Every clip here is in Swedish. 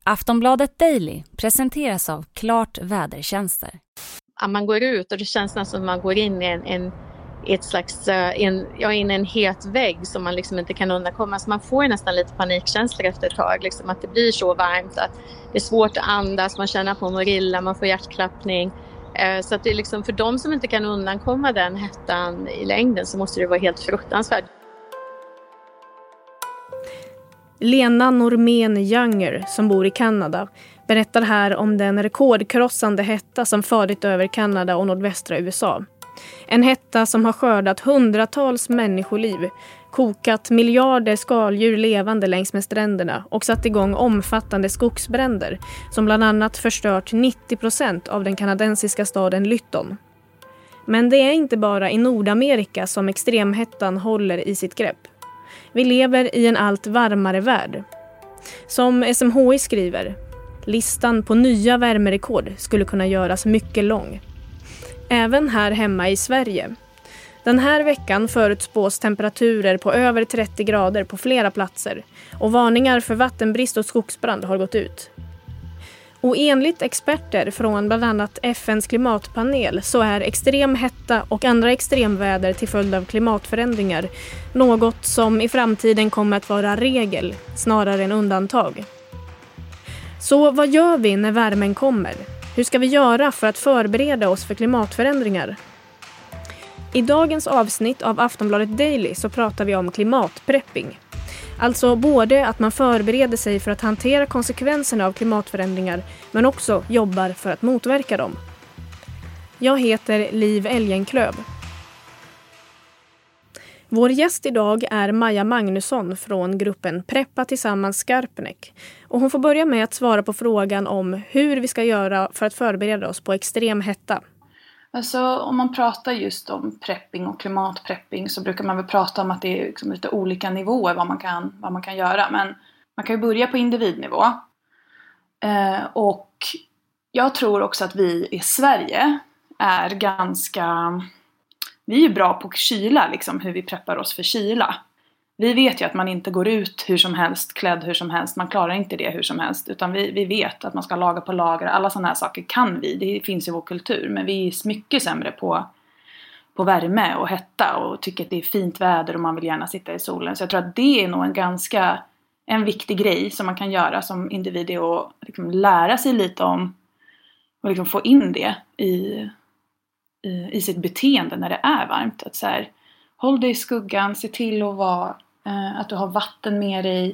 Aftonbladet Daily presenteras av Klart Vädertjänster. Man går ut och det känns nästan som man går in i ett slags, in i en het vägg som man liksom inte kan undkomma. Så man får ju nästan lite panikkänslor efter ett tag. Liksom, att det blir så varmt att det är svårt att andas, man känner på morilla, man får hjärtklappning. Så att det är liksom, för de som inte kan undankomma den hettan i längden så måste det vara helt fruktansvärt. Lena Normén Younger, som bor i Kanada, berättar här om den rekordkrossande hetta som farit över Kanada och nordvästra USA. En hetta som har skördat hundratals människoliv, kokat miljarder skaldjur levande längs med stränderna och satt igång omfattande skogsbränder som bland annat förstört 90% av den kanadensiska staden Lytton. Men det är inte bara i Nordamerika som extremhettan håller i sitt grepp. Vi lever i en allt varmare värld. Som SMHI skriver, listan på nya värmerekord skulle kunna göras mycket lång. Även här hemma i Sverige. Den här veckan förutspås temperaturer på över 30 grader på flera platser och varningar för vattenbrist och skogsbrand har gått ut. Och enligt experter från bland annat FNs klimatpanel så är extrem hetta och andra extremväder till följd av klimatförändringar något som i framtiden kommer att vara regel snarare än undantag. Så vad gör vi när värmen kommer? Hur ska vi göra för att förbereda oss för klimatförändringar? I dagens avsnitt av Aftonbladet Daily så pratar vi om klimatprepping. Alltså både att man förbereder sig för att hantera konsekvenserna av klimatförändringar men också jobbar för att motverka dem. Jag heter Liv Elgenklöv. Vår gäst idag är Maja Magnusson från gruppen Preppa tillsammans Skarpnäck. Och hon får börja med att svara på frågan om hur vi ska göra för att förbereda oss på extrem hetta. Alltså om man pratar just om prepping och klimatprepping så brukar man väl prata om att det är liksom lite olika nivåer vad man kan göra. Men man kan ju börja på individnivå. Och jag tror också att vi i Sverige är vi är bra på kyla, liksom, hur vi preppar oss för kyla. Vi vet ju att man inte går ut hur som helst, klädd hur som helst. Man klarar inte det hur som helst. Utan vi vet att man ska laga på lager. Alla sådana här saker kan vi. Det finns i vår kultur. Men vi är mycket sämre på värme och hetta. Och tycker att det är fint väder och man vill gärna sitta i solen. Så jag tror att det är nog en viktig grej som man kan göra som individ. Och liksom lära sig lite om och liksom få in det i sitt beteende när det är varmt. Att så här, håll dig i skuggan, se till att du har vatten med dig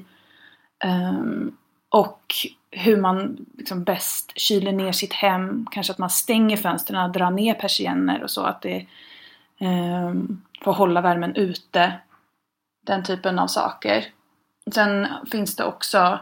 och hur man liksom bäst kyler ner sitt hem. Kanske att man stänger fönstren, drar ner persienner och så att det får hålla värmen ute. Den typen av saker. Sen finns det också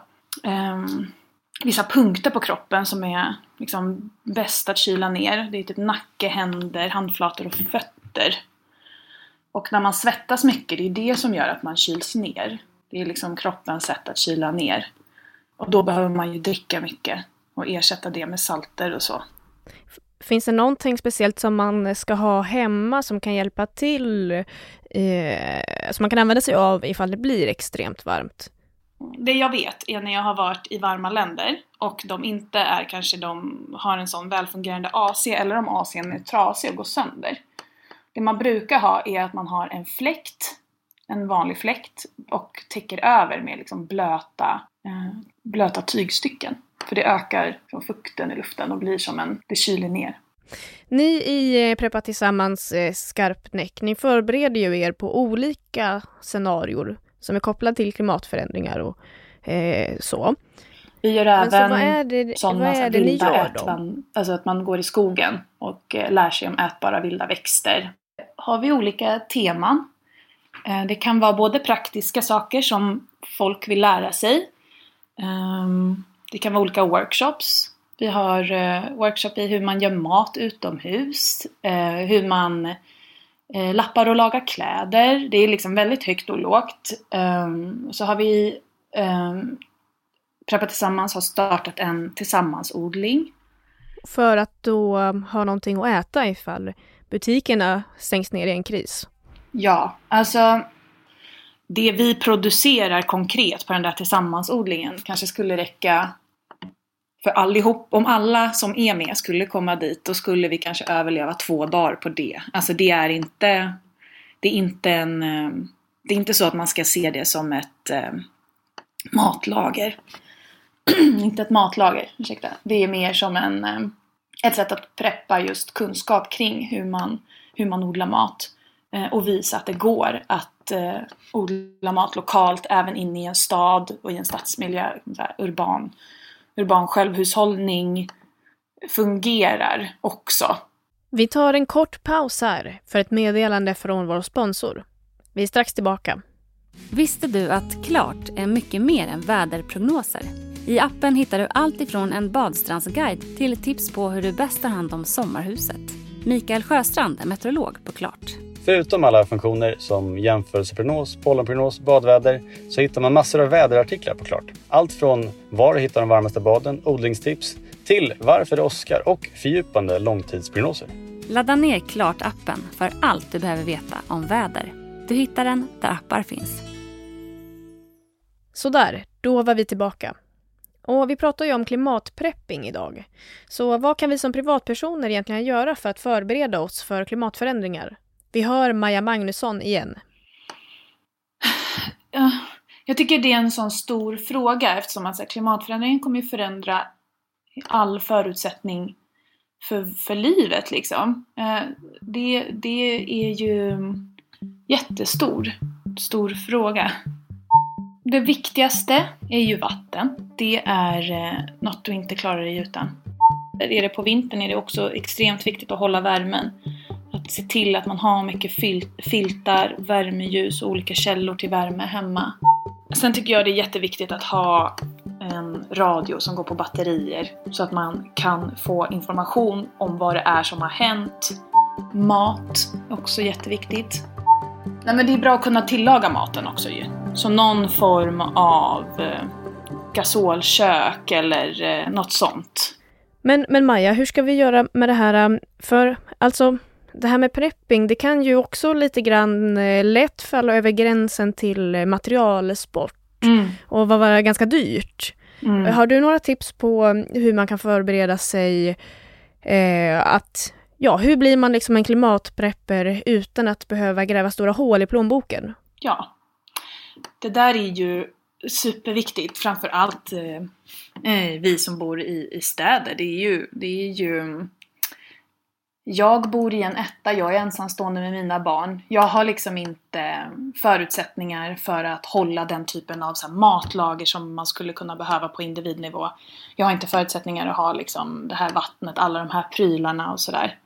vissa punkter på kroppen som är liksom bäst att kyla ner. Det är typ nacke, händer, handflator och fötter. Och när man svettas mycket, det är det som gör att man kyls ner. Det är liksom kroppens sätt att kyla ner. Och då behöver man ju dricka mycket och ersätta det med salter och så. Finns det någonting speciellt som man ska ha hemma som kan hjälpa till? Som man kan använda sig av ifall det blir extremt varmt? Det jag vet är när jag har varit i varma länder och de inte är kanske de har en sån välfungerande AC eller om AC:n är trasig och går sönder. Det man brukar ha är att man har en fläkt, en vanlig fläkt och täcker över med liksom blöta tygstycken. För det ökar fukten i luften och blir det kyler ner. Ni i Preppa tillsammans Skarpnäck, ni förbereder ju er på olika scenarier som är kopplade till klimatförändringar och så. Vi gör även vad är det ni gör då? Alltså att man går i skogen och lär sig om ätbara vilda växter. Har vi olika teman. Det kan vara både praktiska saker som folk vill lära sig. Det kan vara olika workshops. Vi har workshop i hur man gör mat utomhus. Hur man lappar och lagar kläder. Det är liksom väldigt högt och lågt. Så har vi Preppa tillsammans har startat en tillsammansodling. För att då ha någonting att äta ifall butikerna stängs ner i en kris. Ja, alltså det vi producerar konkret på den där tillsammansodlingen kanske skulle räcka För allihop, om alla som är med skulle komma dit, då skulle vi kanske överleva 2 dagar på det. Alltså det är inte så att man ska se det som ett matlager. Inte ett matlager, ursäkta. Det är mer som ett sätt att preppa just kunskap kring hur man odlar mat. Och visa att det går att odla mat lokalt även inne i en stad och i en stadsmiljö. Urban självhushållning fungerar också. Vi tar en kort paus här för ett meddelande från vår sponsor. Vi är strax tillbaka. Visste du att Klart är mycket mer än väderprognoser? I appen hittar du allt ifrån en badstrandsguide till tips på hur du bäst tar hand om sommarhuset. Mikael Sjöstrand är meteorolog på Klart. Förutom alla funktioner som jämförelseprognos, pollenprognos, badväder så hittar man massor av väderartiklar på Klart. Allt från var du hittar de varmaste baden, odlingstips till varför det åskar och fördjupande långtidsprognoser. Ladda ner Klart-appen för allt du behöver veta om väder. Du hittar den där appar finns. Sådär, då var vi tillbaka. Och vi pratar ju om klimatprepping idag. Så vad kan vi som privatpersoner egentligen göra för att förbereda oss för klimatförändringar? Vi hör Maja Magnusson igen. Jag tycker det är en sån stor fråga eftersom att klimatförändringen kommer ju förändra all förutsättning för livet liksom. Det är ju stor fråga. Det viktigaste är ju vatten. Det är något du inte klarar dig utan. Är det på vintern är det också extremt viktigt att hålla värmen. Att se till att man har mycket filtar, värmeljus och olika källor till värme hemma. Sen tycker jag det är jätteviktigt att ha en radio som går på batterier. Så att man kan få information om vad det är som har hänt. Mat, också jätteviktigt. Nej, men det är bra att kunna tillaga maten också ju. Så någon form av gasolkök eller något sånt. Men Maja, hur ska vi göra med det här? För alltså, det här med prepping, det kan ju också lite grann lätt falla över gränsen till materialsport. Och vara ganska dyrt. Har du några tips på hur man kan förbereda sig hur blir man liksom en klimatprepper utan att behöva gräva stora hål i plånboken? Ja, det där är ju superviktigt. Framförallt vi som bor i städer. Det är ju jag bor i en etta, jag är ensamstående med mina barn. Jag har liksom inte förutsättningar för att hålla den typen av så här, matlager som man skulle kunna behöva på individnivå. Jag har inte förutsättningar att ha liksom, det här vattnet, alla de här prylarna och sådär.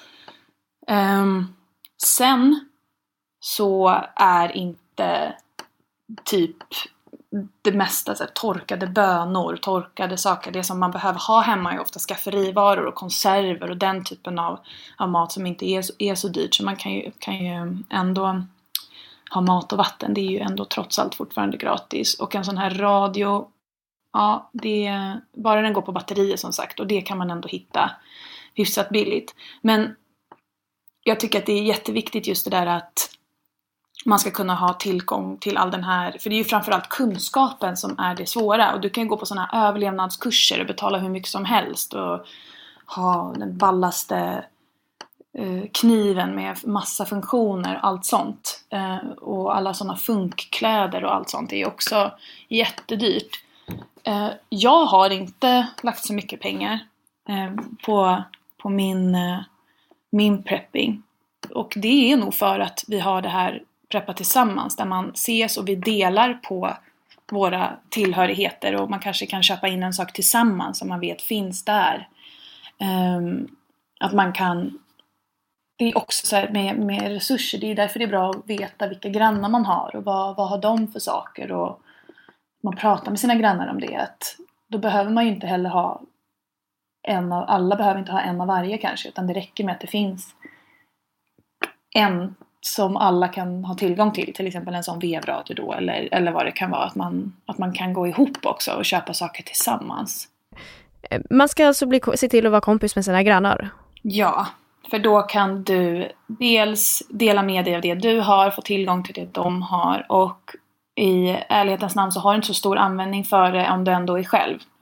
Sen så är inte typ det mesta så här, torkade bönor, torkade saker. Det som man behöver ha hemma är ofta skafferivaror och konserver och den typen av mat som inte är så dyrt. Så man kan ju ändå ha mat och vatten. Det är ju ändå trots allt fortfarande gratis. Och en sån här radio, ja, bara den går på batterier som sagt. Och det kan man ändå hitta hyfsat billigt. Men jag tycker att det är jätteviktigt just det där att man ska kunna ha tillgång till all den här, för det är ju framförallt kunskapen som är det svåra. Och du kan ju gå på sådana här överlevnadskurser och betala hur mycket som helst och ha den ballaste kniven med massa funktioner, allt sånt. Och alla sådana funkkläder och allt sånt är också jättedyrt. Jag har inte lagt så mycket pengar på min prepping. Och det är nog för att vi har det här preppa tillsammans där man ses och vi delar på våra tillhörigheter och man kanske kan köpa in en sak tillsammans som man vet finns där. Att man kan, det är också så här med resurser, det är därför det är bra att veta vilka grannar man har och vad har de för saker och man pratar med sina grannar om det. Att då behöver man ju inte heller ha alla behöver inte ha en av varje kanske, utan det räcker med att det finns en som alla kan ha tillgång till exempel en sån vevradio då, eller vad det kan vara, att man kan gå ihop också och köpa saker tillsammans. Man ska alltså se till att vara kompis med sina grannar? Ja, för då kan du dels dela med dig av det du har, få tillgång till det de har och i ärlighetens namn så har du inte så stor användning för det om du ändå är själv.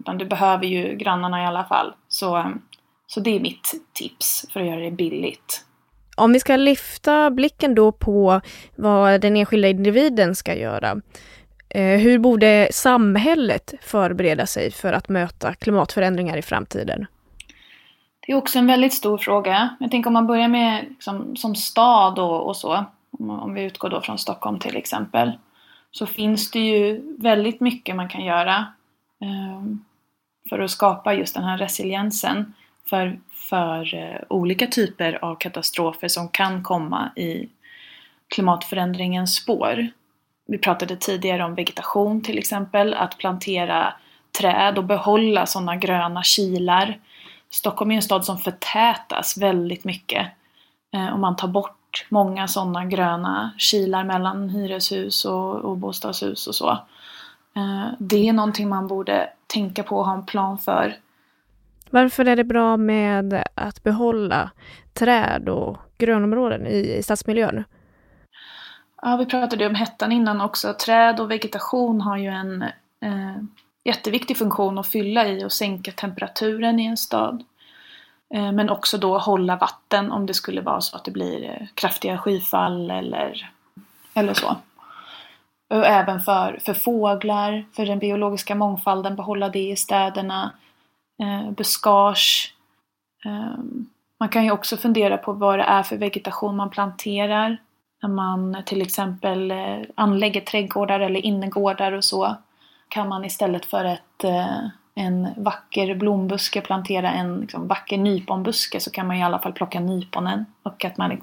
Utan du behöver ju grannarna i alla fall. Så det är mitt tips för att göra det billigt. Om vi ska lyfta blicken då på vad den enskilda individen ska göra. Hur borde samhället förbereda sig för att möta klimatförändringar i framtiden? Det är också en väldigt stor fråga. Jag tänker om man börjar med som stad och så. Om vi utgår då från Stockholm till exempel. Så finns det ju väldigt mycket man kan göra för att skapa just den här resiliensen för olika typer av katastrofer som kan komma i klimatförändringens spår. Vi pratade tidigare om vegetation till exempel, att plantera träd och behålla sådana gröna kilar. Stockholm är en stad som förtätas väldigt mycket och man tar bort många sådana gröna kilar mellan hyreshus och bostadshus och så. Det är någonting man borde tänka på och ha en plan för. Varför är det bra med att behålla träd och grönområden i stadsmiljön? Ja, vi pratade om hettan innan också. Träd och vegetation har ju en jätteviktig funktion att fylla i och sänka temperaturen i en stad. Men också då hålla vatten om det skulle vara så att det blir kraftiga skyfall eller så. Och även för fåglar, för den biologiska mångfalden, behålla det i städerna. Buskage. Man kan ju också fundera på vad det är för vegetation man planterar. När man till exempel anlägger trädgårdar eller innergårdar och så. Kan man istället för en vacker blombuske plantera en vacker nyponbuske, så kan man i alla fall plocka nyponen. Och att man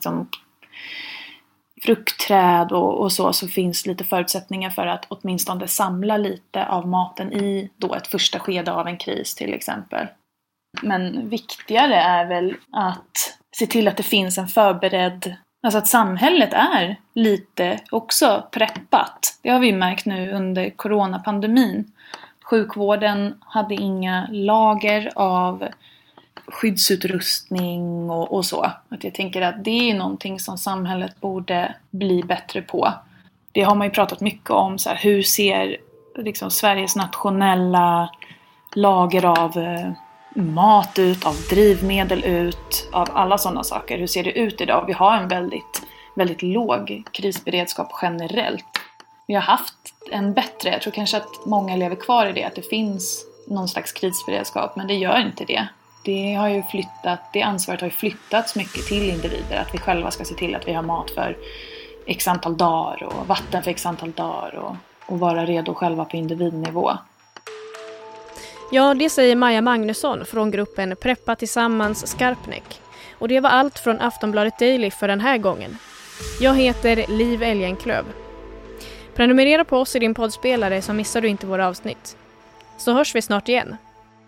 fruktträd och så finns lite förutsättningar för att åtminstone samla lite av maten i då ett första skede av en kris till exempel. Men viktigare är väl att se till att det finns en förberedd, alltså att samhället är lite också preppat. Det har vi märkt nu under coronapandemin. Sjukvården hade inga lager av skyddsutrustning och så. Att jag tänker att det är någonting som samhället borde bli bättre på. Det har man ju pratat mycket om. Så här, hur ser Sveriges nationella lager av mat ut, av drivmedel ut, av alla sådana saker. Hur ser det ut idag? Vi har en väldigt, väldigt låg krisberedskap generellt. Vi har haft en bättre, jag tror kanske att många lever kvar i det, att det finns någon slags krisberedskap, men det gör inte det. Det ansvaret har ju flyttats mycket till individer, att vi själva ska se till att vi har mat för x antal dagar och vatten för x antal dagar och vara redo själva på individnivå. Ja, det säger Maja Magnusson från gruppen Preppa tillsammans Skarpnäck. Och det var allt från Aftonbladet Daily för den här gången. Jag heter Liv Elgenklöv. Prenumerera på oss i din poddspelare så missar du inte våra avsnitt. Så hörs vi snart igen.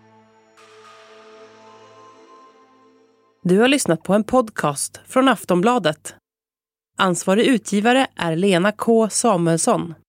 Du har lyssnat på en podcast från Aftonbladet. Ansvarig utgivare är Lena K. Samuelsson.